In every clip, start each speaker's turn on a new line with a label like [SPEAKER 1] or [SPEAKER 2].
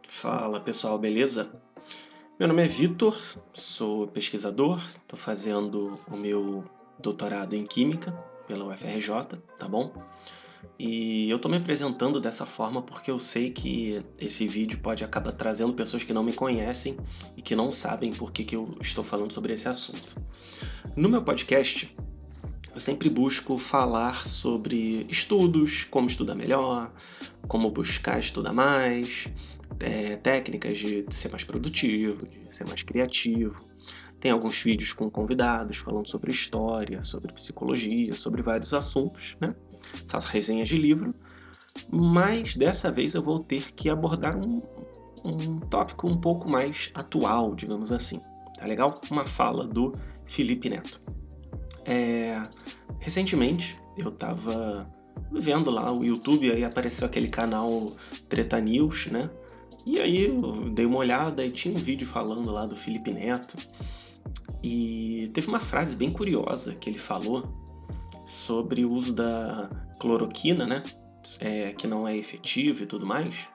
[SPEAKER 1] Fala pessoal, beleza? Meu nome é Vitor, sou pesquisador, estou fazendo o meu doutorado em Química pela UFRJ, tá bom? E eu estou me apresentando dessa forma porque eu sei que esse vídeo pode acabar trazendo pessoas que não me conhecem e que não sabem por que eu estou falando sobre esse assunto. No meu podcast, eu sempre busco falar sobre estudos, como estudar melhor, como buscar estudar mais, técnicas de ser mais produtivo, de ser mais criativo. Tem alguns vídeos com convidados falando sobre história, sobre psicologia, sobre vários assuntos, né? Faço resenhas de livro, mas dessa vez eu vou ter que abordar um tópico um pouco mais atual, digamos assim. Tá legal? Uma fala do Felipe Neto. Recentemente eu tava vendo lá o YouTube e aí apareceu aquele canal Treta News, né? E aí eu dei uma olhada e tinha um vídeo falando lá do Felipe Neto. E teve uma frase bem curiosa que ele falou sobre o uso da cloroquina, né? Que não é efetivo e tudo mais.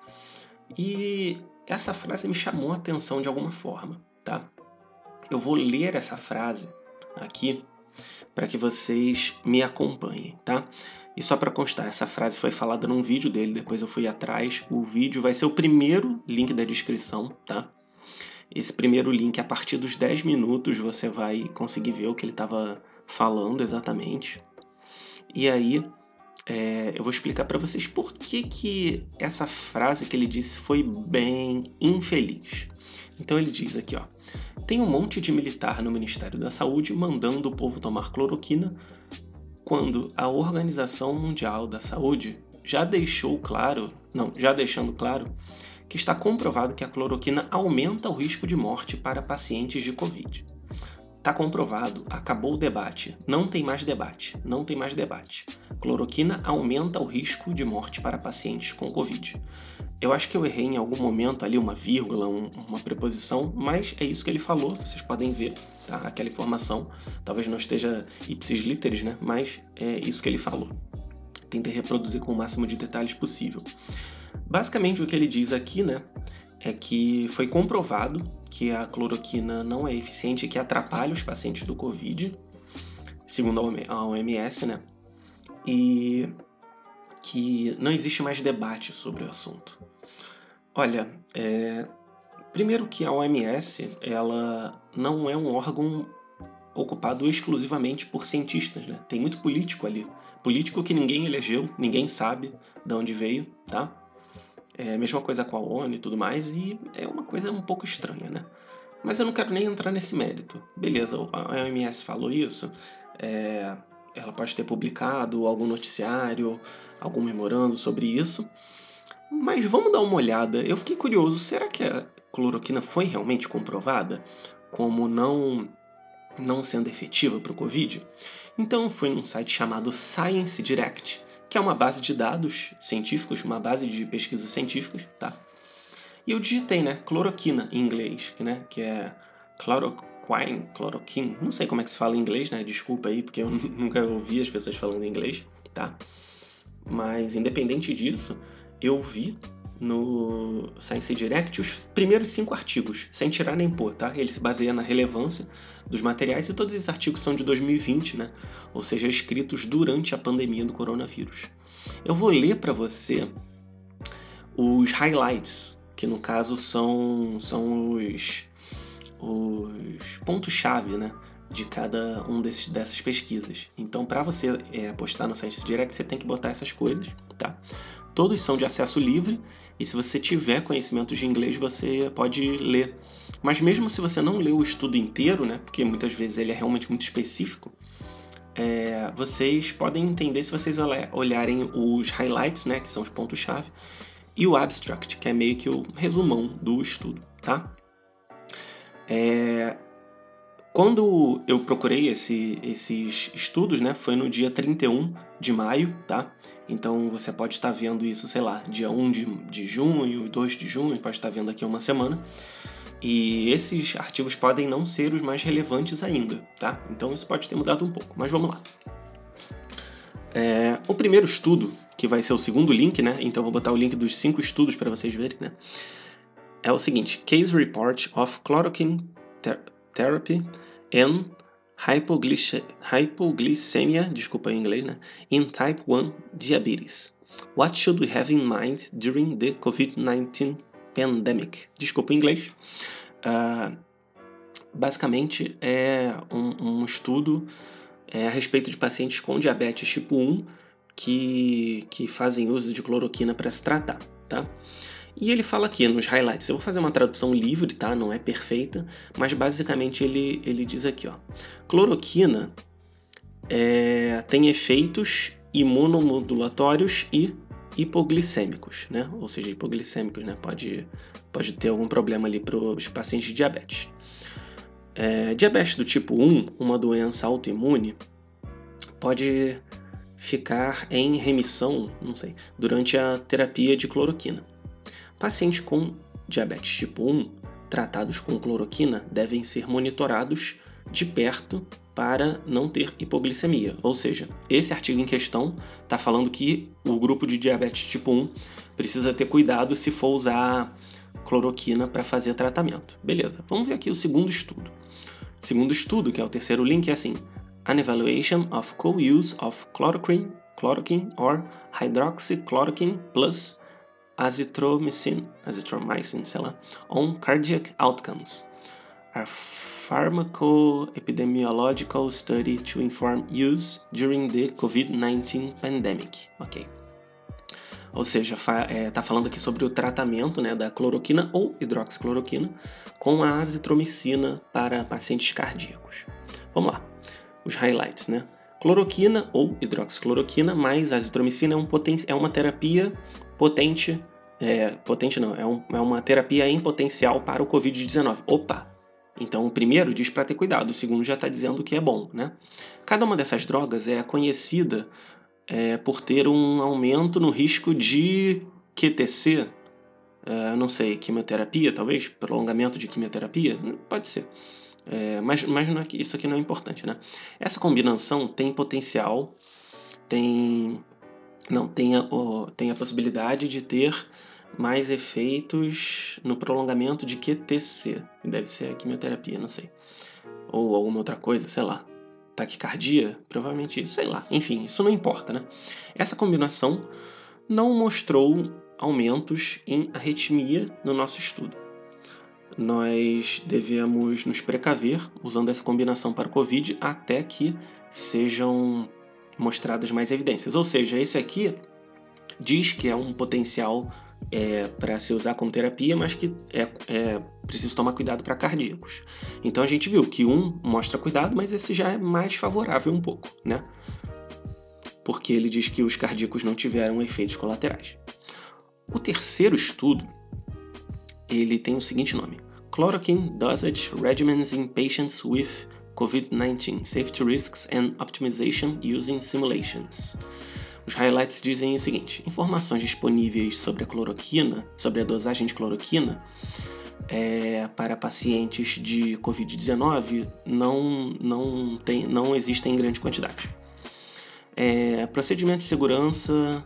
[SPEAKER 1] E essa frase me chamou a atenção de alguma forma, tá? Eu vou ler essa frase aqui para que vocês me acompanhem, tá? E só para constar, essa frase foi falada num vídeo dele, depois eu fui atrás. O vídeo vai ser o primeiro link da descrição, tá? Esse primeiro link, a partir dos 10 minutos, você vai conseguir ver o que ele estava falando exatamente. E aí, eu vou explicar para vocês por que essa frase que ele disse foi bem infeliz. Então ele diz aqui, ó: tem um monte de militar no Ministério da Saúde mandando o povo tomar cloroquina, quando a Organização Mundial da Saúde já deixando claro que está comprovado que a cloroquina aumenta o risco de morte para pacientes de Covid. Está comprovado, acabou o debate, não tem mais debate. Cloroquina aumenta o risco de morte para pacientes com Covid. Eu acho que eu errei em algum momento ali, uma vírgula, uma preposição, mas é isso que ele falou, vocês podem ver, tá? Aquela informação, talvez não esteja ipsis literis, né? Mas é isso que ele falou. Tentei reproduzir com o máximo de detalhes possível. Basicamente o que ele diz aqui, né, é que foi comprovado que a cloroquina não é eficiente e que atrapalha os pacientes do Covid, segundo a OMS, né? E que não existe mais debate sobre o assunto. Olha, primeiro que a OMS, ela não é um órgão ocupado exclusivamente por cientistas, né? Tem muito político ali. Político que ninguém elegeu, ninguém sabe de onde veio, tá? É a mesma coisa com a ONU e tudo mais, e é uma coisa um pouco estranha, né? Mas eu não quero nem entrar nesse mérito. Beleza, a OMS falou isso, ela pode ter publicado algum noticiário, algum memorando sobre isso, mas vamos dar uma olhada. Eu fiquei curioso, será que a cloroquina foi realmente comprovada como não sendo efetiva para o Covid? Então foi num site chamado Science Direct, que é uma base de dados científicos, uma base de pesquisas científicas, tá? E eu digitei, né, cloroquina em inglês, né, que é chloroquine, não sei como é que se fala em inglês, né, desculpa aí, porque eu nunca ouvi as pessoas falando inglês, tá? Mas independente disso, eu vi no Science Direct os primeiros 5 artigos, sem tirar nem pôr, tá? Ele se baseia na relevância dos materiais e todos esses artigos são de 2020, né? Ou seja, escritos durante a pandemia do coronavírus. Eu vou ler para você os highlights, que no caso são os pontos-chave, né, de cada dessas pesquisas. Então, para você postar no Science Direct, você tem que botar essas coisas, tá? Todos são de acesso livre, e se você tiver conhecimentos de inglês, você pode ler. Mas mesmo se você não lê o estudo inteiro, né, porque muitas vezes ele é realmente muito específico, vocês podem entender se vocês olharem os highlights, né, que são os pontos-chave, e o abstract, que é meio que o resumão do estudo, tá? Quando eu procurei esses estudos, né, foi no dia 31 de maio, tá? Então você pode estar vendo isso, sei lá, dia 1 de junho, 2 de junho, pode estar vendo aqui uma semana. E esses artigos podem não ser os mais relevantes ainda, tá? Então isso pode ter mudado um pouco, mas vamos lá. O primeiro estudo, que vai ser o segundo link, né? Então eu vou botar o link dos 5 estudos para vocês verem, né? é o seguinte: Case Report of Chloroquine Therapy and Hypoglycemia, desculpa em inglês, né? In Type 1 Diabetes. What should we have in mind during the COVID-19 pandemic? Desculpa em inglês. Basicamente é um estudo a respeito de pacientes com diabetes tipo 1 que fazem uso de cloroquina para se tratar, tá? E ele fala aqui nos highlights, eu vou fazer uma tradução livre, tá? Não é perfeita, mas basicamente ele diz aqui, ó. Cloroquina tem efeitos imunomodulatórios e hipoglicêmicos, né? Ou seja, hipoglicêmicos, né? Pode ter algum problema ali para os pacientes de diabetes. Diabetes do tipo 1, uma doença autoimune, pode ficar em remissão, não sei, durante a terapia de cloroquina. Pacientes com diabetes tipo 1 tratados com cloroquina devem ser monitorados de perto para não ter hipoglicemia. Ou seja, esse artigo em questão está falando que o grupo de diabetes tipo 1 precisa ter cuidado se for usar cloroquina para fazer tratamento. Beleza, vamos ver aqui o segundo estudo. O segundo estudo, que é o terceiro link, é assim: An evaluation of co-use of chloroquine or hydroxychloroquine plus azithromycin, sei lá, on cardiac outcomes. A pharmacoepidemiological study to inform use during the COVID-19 pandemic. Ok. Ou seja, está falando aqui sobre o tratamento, né, da cloroquina ou hidroxicloroquina com a azitromicina para pacientes cardíacos. Vamos lá, os highlights, né? Cloroquina ou hidroxicloroquina mais azitromicina é uma terapia potente. É uma terapia em potencial para o Covid-19. Opa! Então o primeiro diz para ter cuidado, o segundo já está dizendo que é bom, né? Cada uma dessas drogas é conhecida por ter um aumento no risco de QTc, não sei, quimioterapia talvez, prolongamento de quimioterapia, pode ser. Mas não é que isso aqui não é importante, né? Essa combinação tem potencial, tem a possibilidade de ter mais efeitos no prolongamento de QTc, que deve ser a quimioterapia, não sei. Ou alguma outra coisa, sei lá. Taquicardia, provavelmente, sei lá. Enfim, isso não importa, né? Essa combinação não mostrou aumentos em arritmia no nosso estudo. Nós devemos nos precaver usando essa combinação para o COVID até que sejam mostradas mais evidências. Ou seja, esse aqui diz que é um potencial para se usar como terapia, mas que é preciso tomar cuidado para cardíacos. Então a gente viu que um mostra cuidado, mas esse já é mais favorável um pouco, né? Porque ele diz que os cardíacos não tiveram efeitos colaterais. O terceiro estudo, ele tem o seguinte nome: Chloroquine Dosage Regimens in Patients with COVID-19, Safety Risks and Optimization Using Simulations. Os highlights dizem o seguinte: informações disponíveis sobre a cloroquina, sobre a dosagem de cloroquina para pacientes de COVID-19 não existem em grande quantidade. Procedimentos de segurança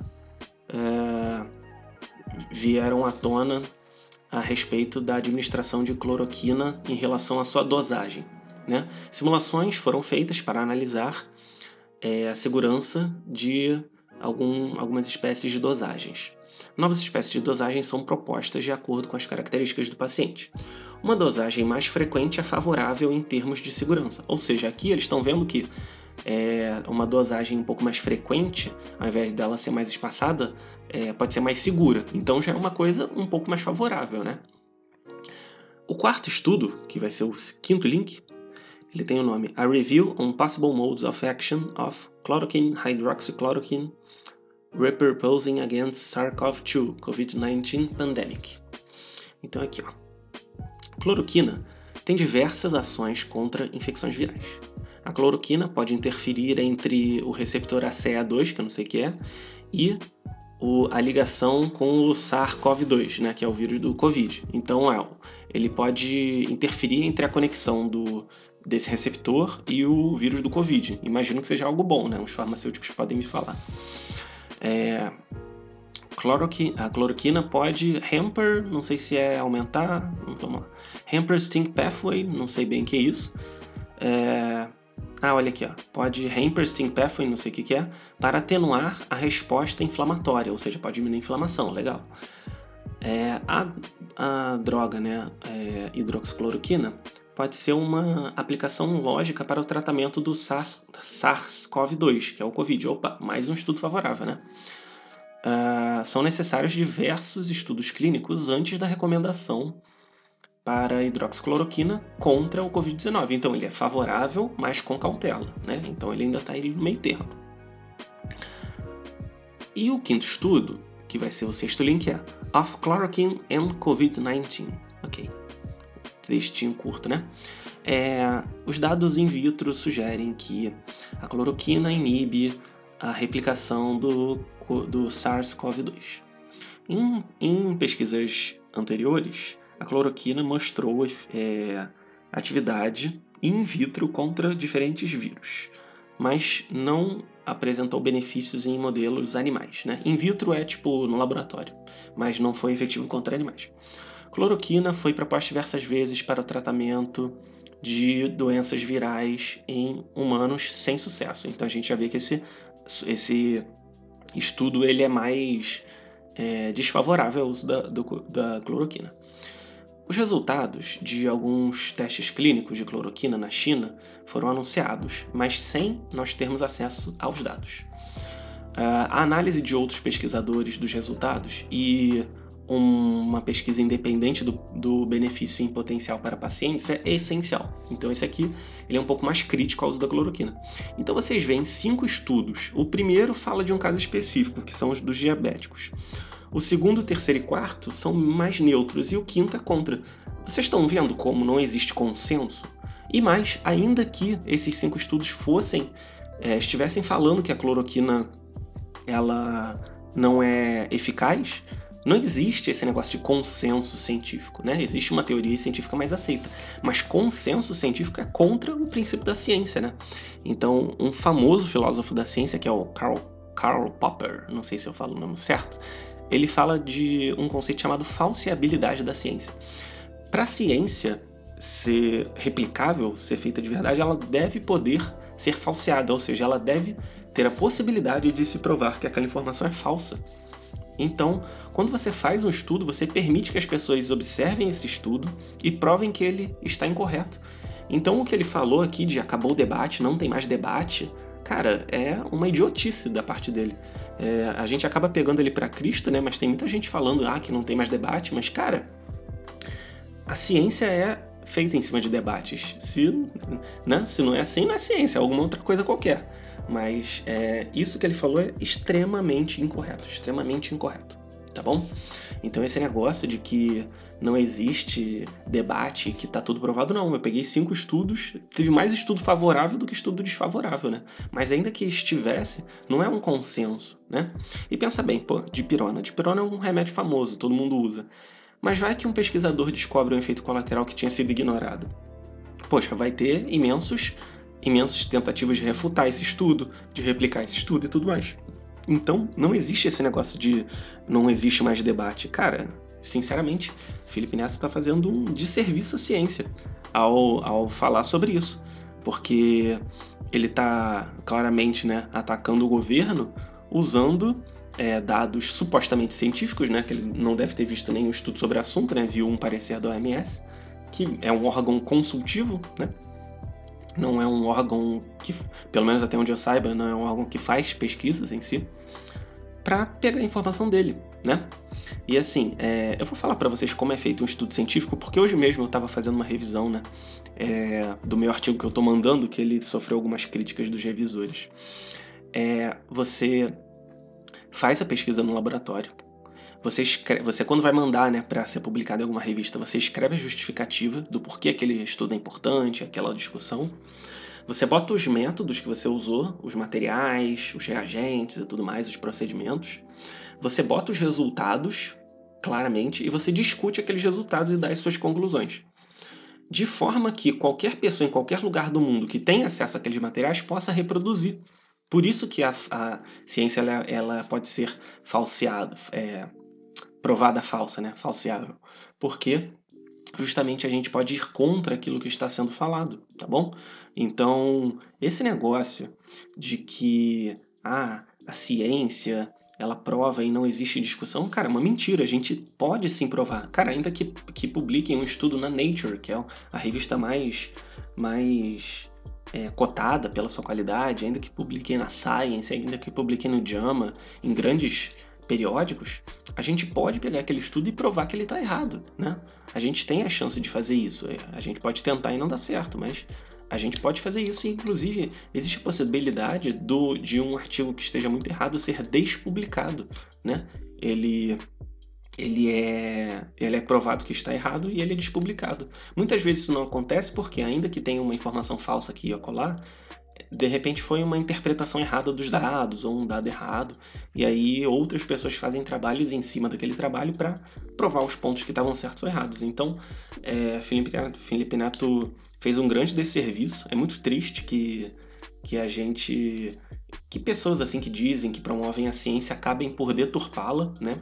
[SPEAKER 1] vieram à tona a respeito da administração de cloroquina em relação à sua dosagem, né? Simulações foram feitas para analisar a segurança de algumas espécies de dosagens. Novas espécies de dosagens são propostas de acordo com as características do paciente. Uma dosagem mais frequente é favorável em termos de segurança, ou seja, aqui eles estão vendo que uma dosagem um pouco mais frequente, ao invés dela ser mais espaçada, pode ser mais segura. Então já é uma coisa um pouco mais favorável, né? O quarto estudo, que vai ser o quinto link, ele tem o nome A Review on Possible Modes of Action of Chloroquine Hydroxychloroquine Repurposing Against SARS-CoV-2 COVID-19 Pandemic. Então aqui, ó. Cloroquina tem diversas ações contra infecções virais. A cloroquina pode interferir entre o receptor ACE2, que eu não sei o que é, e a ligação com o SARS-CoV-2, né, que é o vírus do Covid. Então, ele pode interferir entre a conexão desse receptor e o vírus do Covid. Imagino que seja algo bom, né? Os farmacêuticos podem me falar. A cloroquina pode hamper, não sei se é aumentar, vamos lá. Hamper stink pathway, não sei bem o que é isso. Olha aqui, ó. Pode hamper stink pathway, não sei o que é, para atenuar a resposta inflamatória, ou seja, pode diminuir a inflamação, legal. A droga, né, hidroxicloroquina, pode ser uma aplicação lógica para o tratamento do SARS-CoV-2, que é o Covid. Opa, mais um estudo favorável, né? São necessários diversos estudos clínicos antes da recomendação para a hidroxicloroquina contra o Covid-19. Então, ele é favorável, mas com cautela, né? Então, ele ainda está no meio termo. E o quinto estudo, que vai ser o sexto link, é Of Chloroquine and COVID-19. Ok. Textinho curto, né? Os dados in vitro sugerem que a cloroquina inibe a replicação do SARS-CoV-2. Em pesquisas anteriores, a cloroquina mostrou atividade in vitro contra diferentes vírus, mas não apresentou benefícios em modelos animais, né? In vitro é tipo no laboratório, mas não foi efetivo contra animais. Cloroquina foi proposta diversas vezes para o tratamento de doenças virais em humanos sem sucesso. Então a gente já vê que esse estudo ele é mais desfavorável ao uso da cloroquina. Os resultados de alguns testes clínicos de cloroquina na China foram anunciados, mas sem nós termos acesso aos dados. A análise de outros pesquisadores dos resultados e uma pesquisa independente do benefício em potencial para pacientes é essencial. Então esse aqui ele é um pouco mais crítico ao uso da cloroquina. Então vocês veem 5 estudos. O primeiro fala de um caso específico, que são os dos diabéticos. O segundo, terceiro e quarto são mais neutros e o quinto é contra. Vocês estão vendo como não existe consenso? E mais, ainda que esses 5 estudos estivessem falando que a cloroquina ela não é eficaz, não existe esse negócio de consenso científico, né? Existe uma teoria científica mais aceita, mas consenso científico é contra o princípio da ciência, né? Então, um famoso filósofo da ciência, que é o Karl Popper, não sei se eu falo o nome certo, ele fala de um conceito chamado falseabilidade da ciência. Para a ciência ser replicável, ser feita de verdade, ela deve poder ser falseada, ou seja, ela deve ter a possibilidade de se provar que aquela informação é falsa. Então, quando você faz um estudo, você permite que as pessoas observem esse estudo e provem que ele está incorreto. Então, o que ele falou aqui de acabou o debate, não tem mais debate, cara, é uma idiotice da parte dele. A gente acaba pegando ele para Cristo, né? Mas tem muita gente falando que não tem mais debate, mas, cara, a ciência é feita em cima de debates. Se não é assim, não é ciência, é alguma outra coisa qualquer. Mas isso que ele falou é extremamente incorreto, tá bom? Então esse negócio de que não existe debate, que tá tudo provado, não. Eu peguei 5 estudos, teve mais estudo favorável do que estudo desfavorável, né? Mas ainda que estivesse, não é um consenso, né? E pensa bem, dipirona. Dipirona é um remédio famoso, todo mundo usa. Mas vai que um pesquisador descobre um efeito colateral que tinha sido ignorado. Poxa, vai ter imensas tentativas de refutar esse estudo, de replicar esse estudo e tudo mais. Então, não existe esse negócio de não existe mais debate. Cara, sinceramente, Felipe Neto está fazendo um desserviço à ciência ao falar sobre isso. Porque ele está claramente, né, atacando o governo usando dados supostamente científicos, né, que ele não deve ter visto nenhum estudo sobre o assunto, né, viu um parecer da OMS, que é um órgão consultivo, né, não é um órgão que, pelo menos até onde eu saiba, não é um órgão que faz pesquisas em si, para pegar a informação dele, né? E assim, eu vou falar para vocês como é feito um estudo científico, porque hoje mesmo eu estava fazendo uma revisão, né, do meu artigo que eu estou mandando, que ele sofreu algumas críticas dos revisores. Você faz a pesquisa no laboratório. Você quando vai mandar, né, para ser publicado em alguma revista, você escreve a justificativa do porquê aquele estudo é importante, aquela discussão. Você bota os métodos que você usou, os materiais, os reagentes e tudo mais, os procedimentos. Você bota os resultados, claramente, e você discute aqueles resultados e dá as suas conclusões. De forma que qualquer pessoa em qualquer lugar do mundo que tenha acesso àqueles materiais possa reproduzir. Por isso que a ciência ela pode ser falseada, provada falsa, né? Falseável. Porque justamente a gente pode ir contra aquilo que está sendo falado, tá bom? Então, esse negócio de que a ciência ela prova e não existe discussão, cara, é uma mentira. A gente pode sim provar. Cara, ainda que publiquem um estudo na Nature, que é a revista mais cotada pela sua qualidade, ainda que publiquem na Science, ainda que publiquem no JAMA, em grandes periódicos, a gente pode pegar aquele estudo e provar que ele está errado, né? A gente tem a chance de fazer isso. A gente pode tentar e não dá certo, mas a gente pode fazer isso e, inclusive, existe a possibilidade de um artigo que esteja muito errado ser despublicado, né? Ele é provado que está errado e ele é despublicado. Muitas vezes isso não acontece porque, ainda que tenha uma informação falsa aqui e acolá, de repente foi uma interpretação errada dos dados ou um dado errado, e aí outras pessoas fazem trabalhos em cima daquele trabalho para provar os pontos que estavam certos ou errados. Então, Felipe Neto fez um grande desserviço. É muito triste que pessoas assim que dizem que promovem a ciência acabem por deturpá-la, né?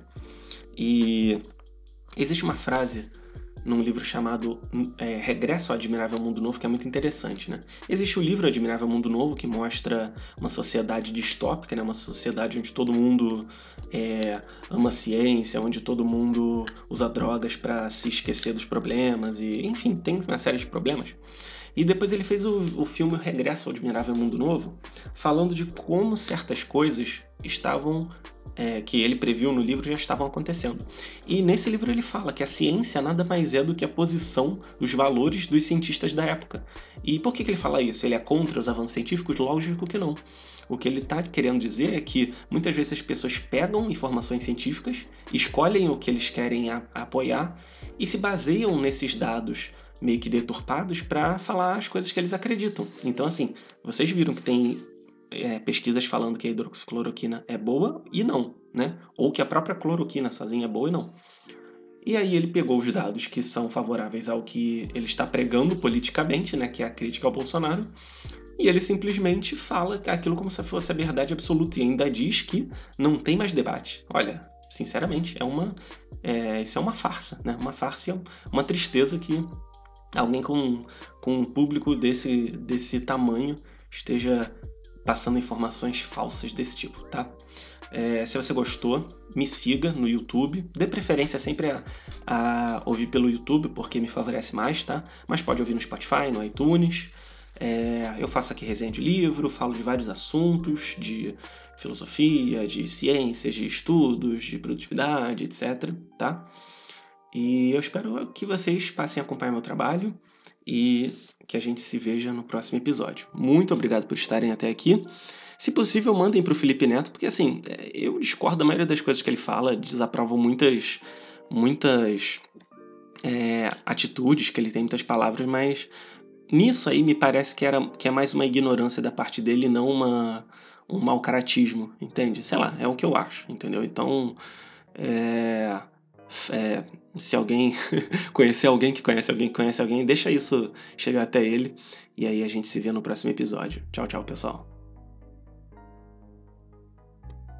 [SPEAKER 1] E existe uma frase num livro chamado Regresso ao Admirável Mundo Novo, que é muito interessante, né? Existe o livro Admirável Mundo Novo, que mostra uma sociedade distópica, né? Uma sociedade onde todo mundo ama ciência, onde todo mundo usa drogas para se esquecer dos problemas, e enfim, tem uma série de problemas. E depois ele fez o filme Regresso ao Admirável Mundo Novo, falando de como certas coisas que ele previu no livro já estavam acontecendo. E nesse livro ele fala que a ciência nada mais é do que a posição, os valores dos cientistas da época. E por que ele fala isso? Ele é contra os avanços científicos? Lógico que não. O que ele está querendo dizer é que muitas vezes as pessoas pegam informações científicas, escolhem o que eles querem apoiar e se baseiam nesses dados meio que deturpados para falar as coisas que eles acreditam. Então, assim, vocês viram que tem pesquisas falando que a hidroxicloroquina é boa e não, né? Ou que a própria cloroquina sozinha é boa e não. E aí ele pegou os dados que são favoráveis ao que ele está pregando politicamente, né? Que é a crítica ao Bolsonaro, e ele simplesmente fala aquilo como se fosse a verdade absoluta e ainda diz que não tem mais debate. Olha, sinceramente, isso é uma farsa, né? Uma farsa e uma tristeza que alguém com um público desse tamanho esteja passando informações falsas desse tipo, tá? Se você gostou, me siga no YouTube. Dê preferência sempre a ouvir pelo YouTube, porque me favorece mais, tá? Mas pode ouvir no Spotify, no iTunes. Eu faço aqui resenha de livro, falo de vários assuntos, de filosofia, de ciências, de estudos, de produtividade, etc, tá? E eu espero que vocês passem a acompanhar meu trabalho e que a gente se veja no próximo episódio. Muito obrigado por estarem até aqui. Se possível, mandem para o Felipe Neto, porque assim, eu discordo da maioria das coisas que ele fala, desaprovo muitas atitudes que ele tem, muitas palavras, mas nisso aí me parece que é mais uma ignorância da parte dele e não um mau caratismo, entende? Sei lá, é o que eu acho, entendeu? Então, se alguém conhecer alguém que conhece alguém que conhece alguém, deixa isso chegar até ele, e aí a gente se vê no próximo episódio. Tchau, tchau, pessoal.